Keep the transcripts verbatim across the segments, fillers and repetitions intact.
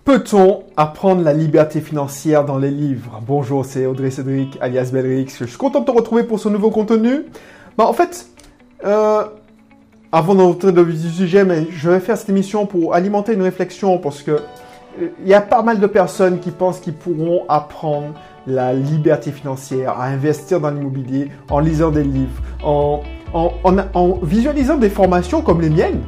Peut-on apprendre la liberté financière dans les livres? Bonjour, c'est Audrey Cédric, alias Belrix. Je suis content de te retrouver pour ce nouveau contenu. Bah, en fait, euh, avant d'entrer dans le vif du sujet, mais je vais faire cette émission pour alimenter une réflexion parce que il euh, y a pas mal de personnes qui pensent qu'ils pourront apprendre la liberté financière, à investir dans l'immobilier en lisant des livres, en, en, en, en visualisant des formations comme les miennes.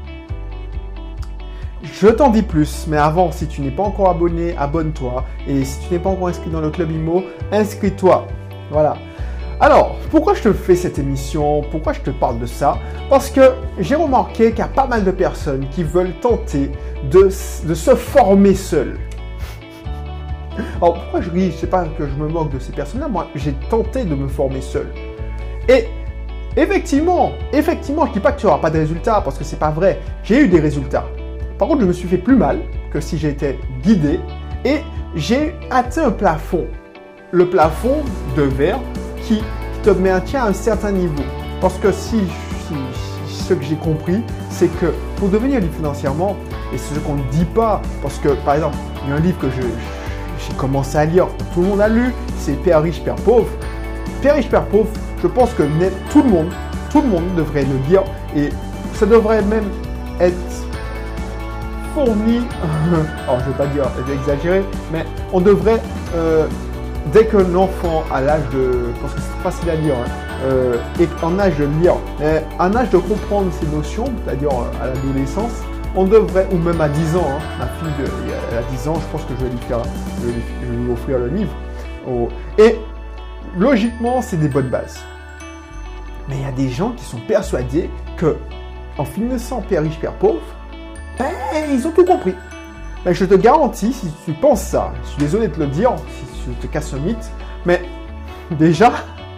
Je t'en dis plus, mais avant, si tu n'es pas encore abonné, abonne-toi. Et si tu n'es pas encore inscrit dans le club IMO, inscris-toi. Voilà. Alors, pourquoi je te fais cette émission? Pourquoi je te parle de ça? Parce que j'ai remarqué qu'il y a pas mal de personnes qui veulent tenter de, de se former seules. Alors, pourquoi je ris? Je sais pas que je me moque de ces personnes-là. Moi, j'ai tenté de me former seul. Et effectivement, effectivement, je ne dis pas que tu n'auras pas de résultats, parce que c'est pas vrai. J'ai eu des résultats. Par contre, je me suis fait plus mal que si j'étais guidé et j'ai atteint un plafond. Le plafond de verre qui te maintient à un certain niveau. Parce que si, si ce que j'ai compris, c'est que pour devenir libre financièrement, et c'est ce qu'on ne dit pas, parce que par exemple, il y a un livre que je, j'ai commencé à lire, tout le monde a lu, c'est Père riche, Père pauvre. Père riche, Père pauvre, je pense que tout le monde, tout le monde devrait le lire et ça devrait même être fourni, alors je ne veux pas dire exagérer, mais on devrait, euh, dès qu'un enfant à l'âge de, parce que c'est facile à lire, hein, euh, et en âge de lire, mais en âge de comprendre ces notions, c'est-à-dire à l'adolescence, on devrait, ou même à dix ans, hein, ma fille de, elle a dix ans, je pense que je vais lui faire, je vais lui, je vais lui offrir le livre. Oh. Et logiquement, c'est des bonnes bases. Mais il y a des gens qui sont persuadés que, en finissant Père riche, Père pauvre, ben, ils ont tout compris. Ben, je te garantis, si tu penses ça, je suis désolé de te le dire, si je te casse un mythe, mais déjà,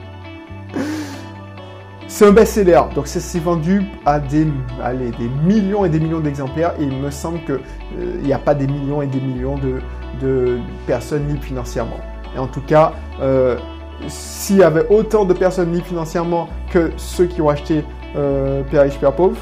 c'est un best-seller. Donc, ça s'est vendu à des, allez, des millions et des millions d'exemplaires. Et il me semble qu'il n'y euh, a pas des millions et des millions de, de personnes libres financièrement. Et en tout cas, euh, s'il y avait autant de personnes libres financièrement que ceux qui ont acheté euh, Père riche, Père pauvre,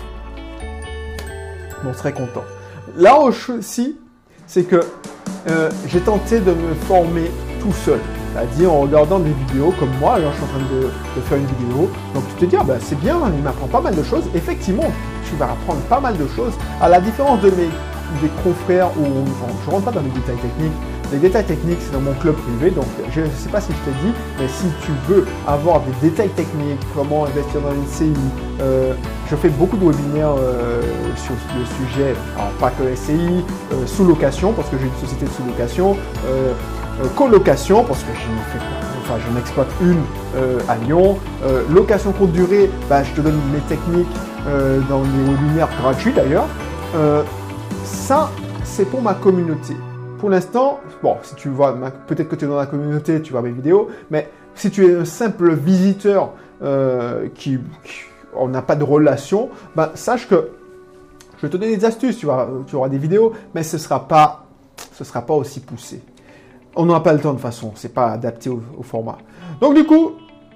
on serait content. Là aussi, c'est que euh, j'ai tenté de me former tout seul, c'est-à-dire en regardant des vidéos comme moi. Alors, je suis en train de, de faire une vidéo, donc tu te dis, ah, ben, c'est bien, il m'apprend pas mal de choses. Effectivement, tu vas apprendre pas mal de choses, à la différence de mes des confrères où bon, je ne rentre pas dans les détails techniques. Les détails techniques, c'est dans mon club privé, donc je ne sais pas si je t'ai dit, mais si tu veux avoir des détails techniques, comment investir dans une C I, euh, je fais beaucoup de webinaires euh, sur le sujet, alors pas que S C I, euh, sous-location, parce que j'ai une société de sous-location, euh, euh, colocation, parce que j'en fais, enfin, j'en exploite une euh, à Lyon, euh, location courte durée, bah, je te donne mes techniques euh, dans les webinaires gratuits d'ailleurs. Euh, ça, c'est pour ma communauté. Pour l'instant, bon, si tu vois, peut-être que tu es dans la communauté, tu vois mes vidéos, mais si tu es un simple visiteur euh, qui, qui on n'a pas de relation, ben, sache que je vais te donner des astuces, tu, vois, tu auras des vidéos, mais ce ne sera pas, ce sera pas aussi poussé. On n'aura pas le temps de toute façon, c'est pas adapté au, au format. Donc du coup,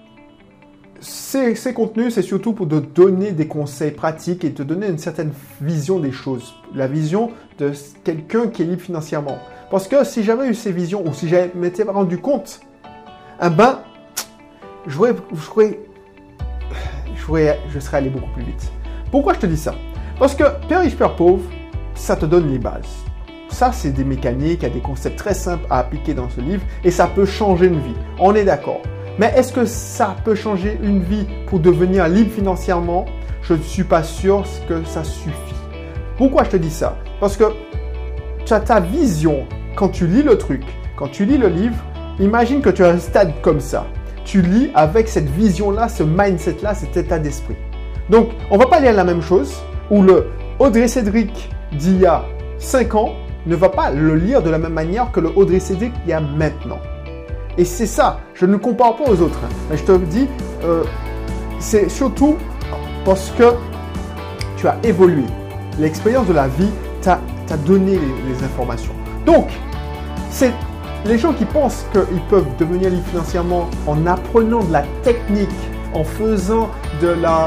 ces, ces contenus, c'est surtout pour te donner des conseils pratiques et te donner une certaine vision des choses. La vision de quelqu'un qui est libre financièrement. Parce que si j'avais eu ces visions ou si je m'étais rendu compte, eh ben, j'aurais, j'aurais, j'aurais, je serais allé beaucoup plus vite. Pourquoi je te dis ça? Parce que Père riche, Père pauvre, ça te donne les bases. Ça, c'est des mécaniques, il y a des concepts très simples à appliquer dans ce livre et ça peut changer une vie. On est d'accord. Mais est-ce que ça peut changer une vie pour devenir libre financièrement? Je ne suis pas sûr que ça suffit. Pourquoi je te dis ça? Parce que tu as ta vision quand tu lis le truc, quand tu lis le livre, imagine que tu as un stade comme ça. Tu lis avec cette vision-là, ce mindset-là, cet état d'esprit. Donc, on ne va pas lire la même chose où le Audrey Cédric d'il y a cinq ans ne va pas le lire de la même manière que le Audrey Cédric d'il y a maintenant. Et c'est ça, je ne compare pas aux autres. Hein. Mais je te dis, euh, c'est surtout parce que tu as évolué. L'expérience de la vie t'a, t'a donné les, les informations. Donc, c'est les gens qui pensent qu'ils peuvent devenir libres financièrement en apprenant de la technique, en faisant de la...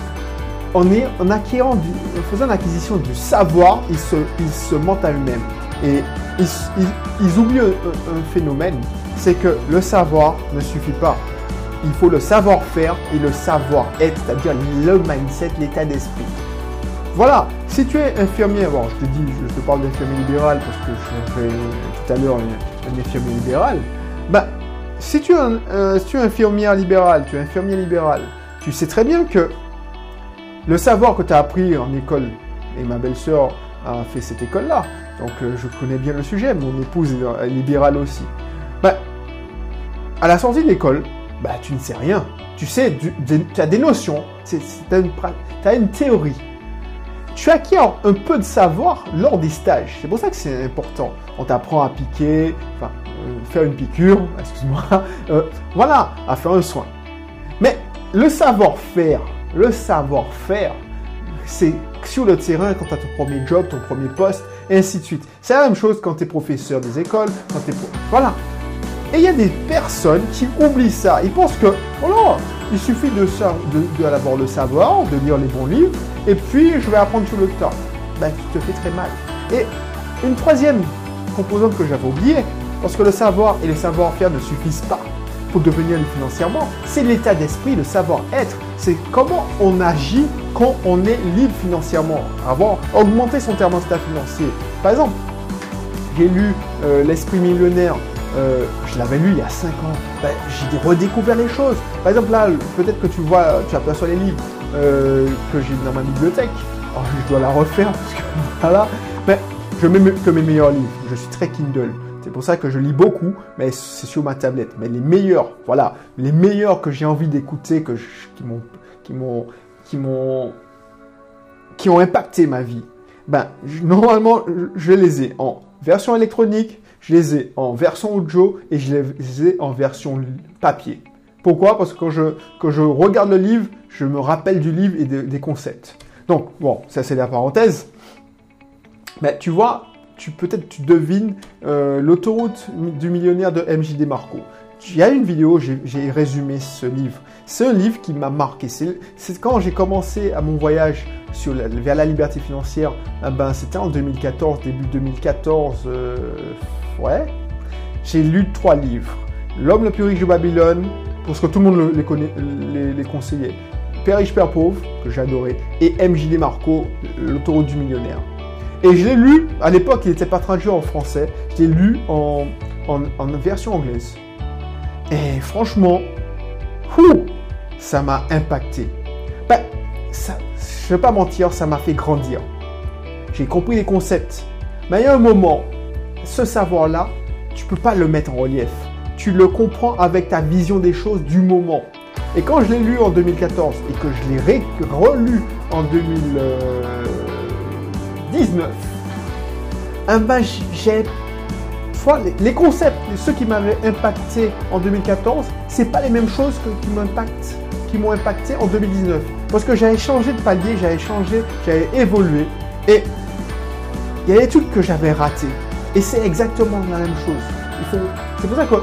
En, est, en, acquérant du, en faisant l'acquisition du savoir, ils se, ils se mentent à eux-mêmes. Et ils, ils, ils oublient un, un phénomène, c'est que le savoir ne suffit pas. Il faut le savoir-faire et le savoir-être, c'est-à-dire le mindset, l'état d'esprit. Voilà, si tu es infirmier, bon, je te dis, je te parle d'infirmier libéral parce que je fais tout à l'heure un, un infirmier libéral. Ben, si tu es, un, euh, si tu es infirmière libérale, tu es infirmier libéral, tu sais très bien que le savoir que tu as appris en école, et ma belle-sœur a fait cette école-là, donc euh, je connais bien le sujet, mon épouse est libérale aussi. Ben, à la sortie de l'école, ben, tu ne sais rien. Tu sais, tu, tu as des notions, tu as une, tu as une théorie. Tu acquiers un peu de savoir lors des stages. C'est pour ça que c'est important. On t'apprend à piquer, enfin, euh, faire une piqûre, excuse-moi, euh, voilà, à faire un soin. Mais le savoir-faire, le savoir-faire, c'est sur le terrain quand tu as ton premier job, ton premier poste, et ainsi de suite. C'est la même chose quand tu es professeur des écoles, quand tu es... Voilà. Et il y a des personnes qui oublient ça. Ils pensent que, voilà, il suffit de, de, de avoir le savoir, de lire les bons livres, et puis je vais apprendre sur le tas. Ben, tu te fais très mal. Et une troisième composante que j'avais oubliée, parce que le savoir et le savoir-faire ne suffisent pas pour devenir libre financièrement, c'est l'état d'esprit, le savoir-être. C'est comment on agit quand on est libre financièrement. Avoir augmenté son thermostat financier. Par exemple, j'ai lu euh, L'Esprit millionnaire. Euh, je l'avais lu il y a cinq ans. Ben, j'ai redécouvert les choses. Par exemple, là, peut-être que tu vois, tu aperçois les livres euh, que j'ai dans ma bibliothèque. Alors, je dois la refaire parce que voilà. Mais je mets que mes meilleurs livres. Je suis très Kindle. C'est pour ça que je lis beaucoup, mais c'est sur ma tablette. Mais les meilleurs, voilà, les meilleurs que j'ai envie d'écouter, que je, qui m'ont, qui m'ont, qui m'ont, qui ont impacté ma vie. Ben, je, normalement, je, je les ai en version électronique. Je les ai en version audio et je les ai en version papier. Pourquoi? Parce que quand je, quand je regarde le livre, je me rappelle du livre et de, des concepts. Donc, bon, ça c'est la parenthèse. Mais tu vois, tu, peut-être tu devines euh, l'autoroute du millionnaire de M J DeMarco. Il y a une vidéo, j'ai, j'ai résumé ce livre. C'est un livre qui m'a marqué. C'est, c'est quand j'ai commencé à mon voyage sur la, vers la liberté financière. Eh ben, c'était en deux mille quatorze, début deux mille quatorze. Euh, ouais. J'ai lu trois livres. L'homme le plus riche de Babylone, parce que tout le monde les, connaît, les, les conseillait. Père riche, Père pauvre, que j'ai adoré. Et M J DeMarco, l'autoroute du millionnaire. Et je l'ai lu, à l'époque, il n'était pas traduit en français. Je l'ai lu en, en, en version anglaise. Et franchement, fou, ça m'a impacté. Ben, ça, je ne vais pas mentir, ça m'a fait grandir. J'ai compris les concepts. Mais il y a un moment, ce savoir-là, tu ne peux pas le mettre en relief. Tu le comprends avec ta vision des choses du moment. Et quand je l'ai lu en deux mille quatorze et que je l'ai ré- relu en deux mille dix-neuf, un ben, j'ai... Les concepts, ceux qui m'avaient impacté en deux mille quatorze, c'est pas les mêmes choses que, qui, m'impactent, qui m'ont impacté en deux mille dix-neuf. Parce que j'avais changé de palier, j'avais changé, j'avais évolué. Et il y a des trucs que j'avais ratés. Et c'est exactement la même chose. Il faut, c'est pour ça que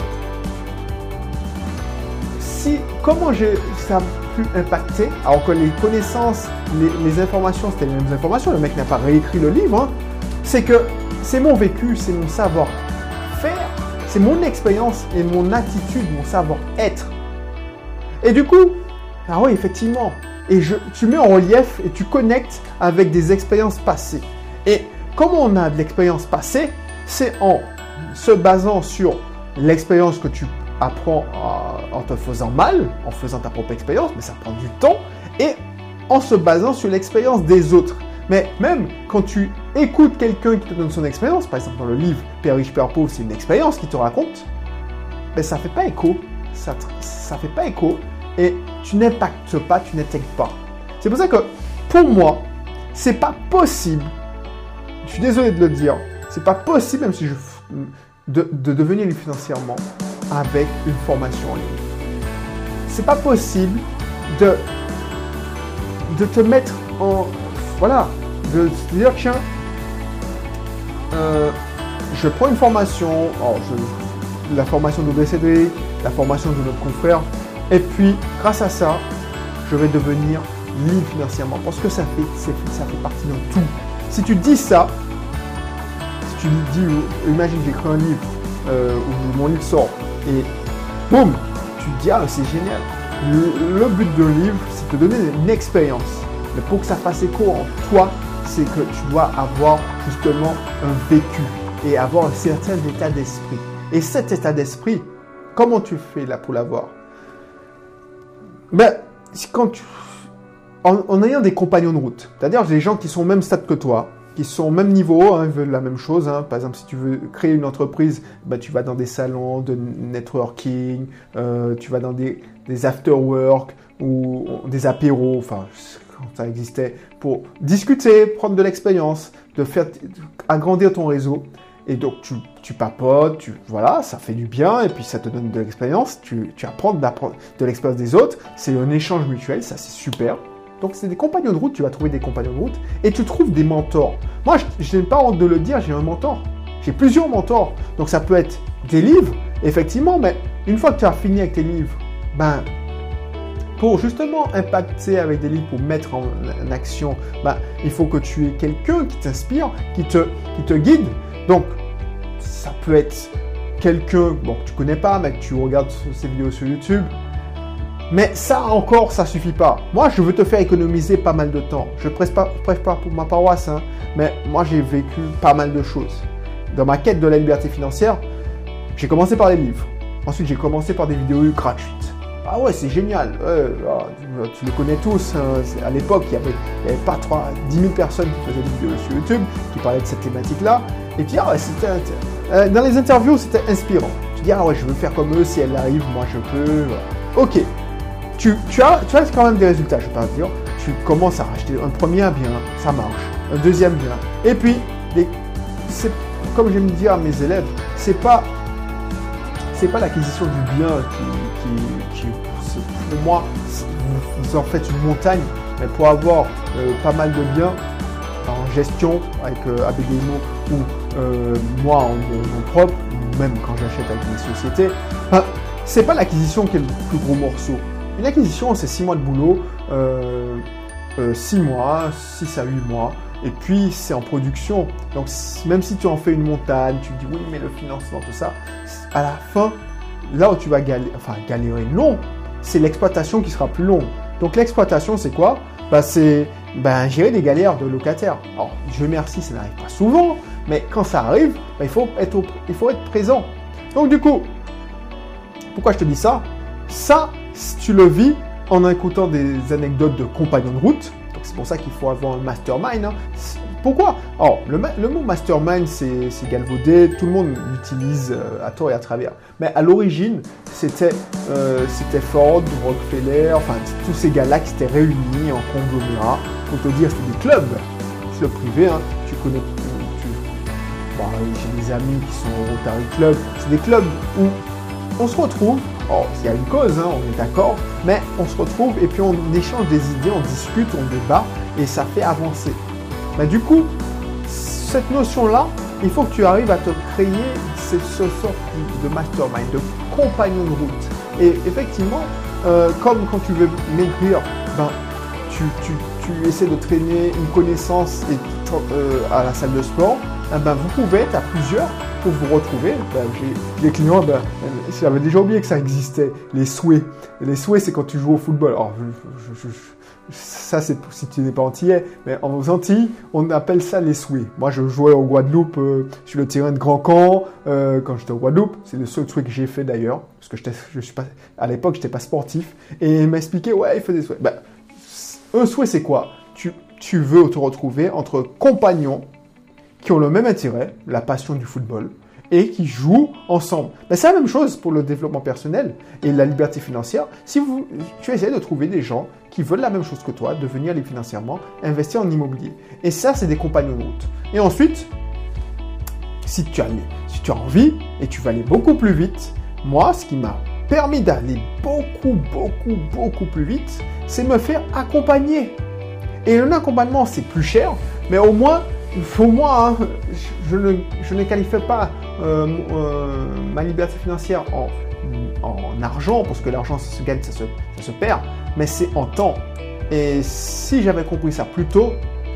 si, comment j'ai, ça a pu impacter, alors que les connaissances, les, les informations, c'était les mêmes informations, le mec n'a pas réécrit le livre, hein, c'est que c'est mon vécu, c'est mon savoir. Faire, c'est mon expérience et mon attitude, mon savoir-être. Et du coup, ah oui, effectivement, et je, tu mets en relief et tu connectes avec des expériences passées. Et comme on a de l'expérience passée, c'est en se basant sur l'expérience que tu apprends en te faisant mal, en faisant ta propre expérience, mais ça prend du temps, et en se basant sur l'expérience des autres. Mais même quand tu écoutes quelqu'un qui te donne son expérience, par exemple dans le livre Père riche, Père pauvre, c'est une expérience qu'il te raconte, mais ça ne fait pas écho, ça ne fait pas écho, et tu n'impactes pas, tu n'intègres pas. C'est pour ça que, pour moi, c'est pas possible, je suis désolé de le dire, c'est pas possible, même si je, de, de devenir libre financièrement avec une formation en ligne. C'est pas possible de, de te mettre en... Voilà, de se dire, tiens, euh, je prends une formation, alors je, la formation de Cédric, la formation de notre confrère, et puis grâce à ça, je vais devenir libre financièrement, parce que ça fait, ça fait partie de tout. Si tu dis ça, si tu dis, imagine que j'écris un livre, euh, où mon livre sort, et boum, tu te dis, ah, c'est génial. Le, le but d'un livre, c'est de te donner une expérience. Mais pour que ça fasse écho en toi, c'est que tu dois avoir justement un vécu et avoir un certain état d'esprit. Et cet état d'esprit, comment tu fais là pour l'avoir? Ben, quand tu, en, en ayant des compagnons de route, c'est-à-dire des gens qui sont au même stade que toi, qui sont au même niveau, hein, ils veulent la même chose. Hein. Par exemple, si tu veux créer une entreprise, ben, tu vas dans des salons de networking, euh, tu vas dans des, des after-work ou des apéros, enfin, quand ça existait, pour discuter, prendre de l'expérience, de faire agrandir ton réseau. Et donc, tu, tu papotes, tu, voilà, ça fait du bien, et puis ça te donne de l'expérience, tu, tu apprends de l'expérience des autres, c'est un échange mutuel, ça c'est super. Donc, c'est des compagnons de route, tu vas trouver des compagnons de route, et tu trouves des mentors. Moi, je n'ai pas honte de le dire, j'ai un mentor. J'ai plusieurs mentors. Donc, ça peut être des livres, effectivement, mais une fois que tu as fini avec tes livres, ben, pour justement impacter avec des livres, pour mettre en, en action, ben, il faut que tu aies quelqu'un qui t'inspire, qui te, qui te guide. Donc, ça peut être quelqu'un bon, que tu ne connais pas, mais que tu regardes ses vidéos sur YouTube. Mais ça encore, ça ne suffit pas. Moi, je veux te faire économiser pas mal de temps. Je ne prêche pas, prêche pas pour ma paroisse, hein, mais moi, j'ai vécu pas mal de choses. Dans ma quête de la liberté financière, j'ai commencé par les livres. Ensuite, j'ai commencé par des vidéos gratuites. Ah ouais, c'est génial. Ouais, tu, tu les connais tous. Hein. À l'époque, il n'y avait, avait pas dix mille personnes qui faisaient des vidéos sur YouTube, qui parlaient de cette thématique-là. Et puis, ah ouais, c'était, euh, dans les interviews, c'était inspirant. Tu dis, ah ouais, je veux faire comme eux, si elles arrivent, moi je peux. Ok, tu, tu, as, tu as quand même des résultats, je ne vais pas te dire. Tu commences à racheter un premier bien, ça marche. Un deuxième bien. Et puis, les, c'est, comme j'aime dire à mes élèves, c'est pas, c'est pas l'acquisition du bien qui, qui, qui pour moi, vous, vous en faites une montagne, mais pour avoir euh, pas mal de biens en gestion avec euh, A B D I M O ou euh, moi en nom propre, même quand j'achète avec mes sociétés, ben, c'est pas l'acquisition qui est le plus gros morceau. Une acquisition, c'est six mois de boulot, euh, euh, six mois, six à huit mois, et puis c'est en production. Donc même si tu en fais une montagne, tu te dis oui, mais le financement, tout ça, à la fin, là où tu vas galérer, enfin galérer, non, c'est l'exploitation qui sera plus longue. Donc l'exploitation, c'est quoi? Ben, c'est ben, gérer des galères de locataires. Alors, Dieu merci, ça n'arrive pas souvent, mais quand ça arrive, ben, il, faut être au, il faut être présent. Donc du coup, pourquoi je te dis ça? Ça, tu le vis en écoutant des anecdotes de compagnons de route. Donc c'est pour ça qu'il faut avoir un mastermind. Hein. Pourquoi? Alors, le, le mot mastermind, c'est, c'est galvaudé, tout le monde l'utilise euh, à tort et à travers. Mais à l'origine, c'était, euh, c'était Ford, Rockefeller, enfin tous ces gars-là qui s'étaient réunis en conglomérat. Pour te dire, c'était des clubs, clubs privés. Hein. Tu connais, tu, bon, j'ai des amis qui sont au Rotary Club. C'est des clubs où on se retrouve. Oh, il y a une cause, hein, on est d'accord, mais on se retrouve et puis on échange des idées, on discute, on débat et ça fait avancer. Mais du coup, cette notion-là, il faut que tu arrives à te créer ce, ce sorte de mastermind, de compagnon de route. Et effectivement, euh, comme quand tu veux maigrir, ben, tu, tu, tu essaies de traîner une connaissance et, euh, à la salle de sport, eh ben, vous pouvez être à plusieurs pour vous retrouver. Ben, j'ai des clients, ben, j'avais déjà oublié que ça existait, les souhaits. Les souhaits, c'est quand tu joues au football. Alors, je, je, je, ça, c'est si tu n'es pas antillais, mais en Antilles, on appelle ça les souhaits. Moi, je jouais au Guadeloupe euh, sur le terrain de Grand Camp euh, quand j'étais au Guadeloupe. C'est le seul souhait que j'ai fait d'ailleurs, parce que je suis pas, à l'époque, je n'étais pas sportif. Et il m'a expliqué, ouais, il faisait des souhaits. Ben, un souhait, c'est quoi? tu, tu veux te retrouver entre compagnons qui ont le même intérêt, la passion du football, et qui jouent ensemble. Ben, c'est la même chose pour le développement personnel et la liberté financière. Si vous, tu essaies de trouver des gens qui veulent la même chose que toi, devenir libre financièrement, investir en immobilier. Et ça, c'est des compagnons de route. Et ensuite, si tu as, si tu as envie et tu vas aller beaucoup plus vite, moi, ce qui m'a permis d'aller beaucoup, beaucoup, beaucoup plus vite, c'est me faire accompagner. Et un accompagnement, c'est plus cher, mais au moins, pour moi, hein, je, ne, je ne qualifie pas euh, euh, ma liberté financière en, en argent, parce que l'argent, ça se gagne, ça se, ça se perd, mais c'est en temps. Et si j'avais compris ça plus tôt,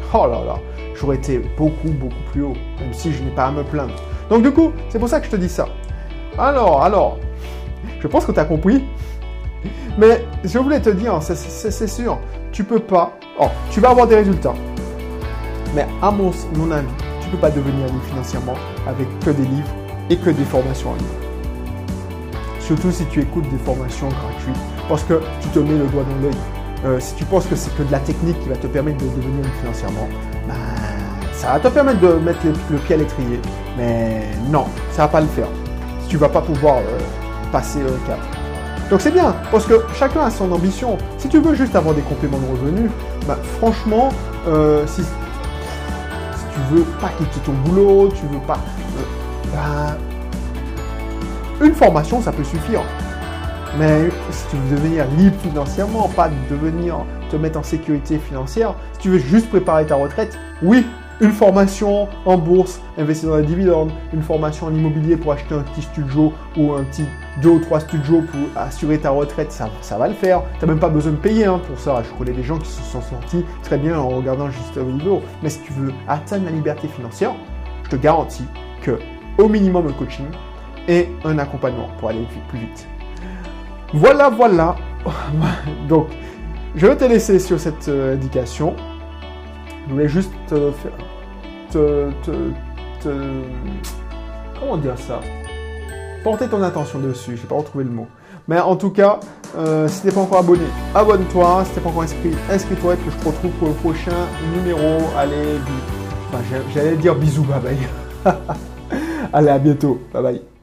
oh là là, j'aurais été beaucoup, beaucoup plus haut, même si je n'ai pas à me plaindre. Donc du coup, c'est pour ça que je te dis ça. Alors, alors, je pense que tu as compris. Mais je voulais te dire, c'est sûr, tu peux pas... Oh, tu vas avoir des résultats. Mais à mon, mon avis, tu ne peux pas devenir libre financièrement avec que des livres et que des formations en ligne. Surtout si tu écoutes des formations gratuites, parce que tu te mets le doigt dans l'œil. Euh, si tu penses que c'est que de la technique qui va te permettre de devenir libre financièrement, bah, ça va te permettre de mettre le, le pied à l'étrier. Mais non, ça ne va pas le faire. Tu ne vas pas pouvoir euh, passer le cap. Donc c'est bien, parce que chacun a son ambition. Si tu veux juste avoir des compléments de revenus, bah, franchement, euh, si, si tu veux pas quitter ton boulot, tu veux pas... Euh, bah, une formation, ça peut suffire. Mais si tu veux devenir libre financièrement, pas devenir te mettre en sécurité financière, si tu veux juste préparer ta retraite, oui, une formation en bourse, investir dans les dividendes, une formation en immobilier pour acheter un petit studio ou un petit deux ou trois studios pour assurer ta retraite, ça, ça va le faire. Tu n'as même pas besoin de payer hein, pour ça. Je connais des gens qui se sont sortis très bien en regardant juste une vidéo. Mais si tu veux atteindre la liberté financière, je te garantis que au minimum un coaching et un accompagnement pour aller plus vite. Voilà, voilà. Donc, je vais te laisser sur cette euh, indication. Je voulais juste te faire... Te, te, te... Comment dire ça? Porter ton attention dessus. Je n'ai pas retrouvé le mot. Mais en tout cas, euh, si tu n'es pas encore abonné, abonne-toi. Si tu n'es pas encore inscrit, inscris-toi et que je te retrouve pour le prochain numéro. Allez, enfin, j'allais dire bisous, bye bye. Allez, à bientôt. Bye bye.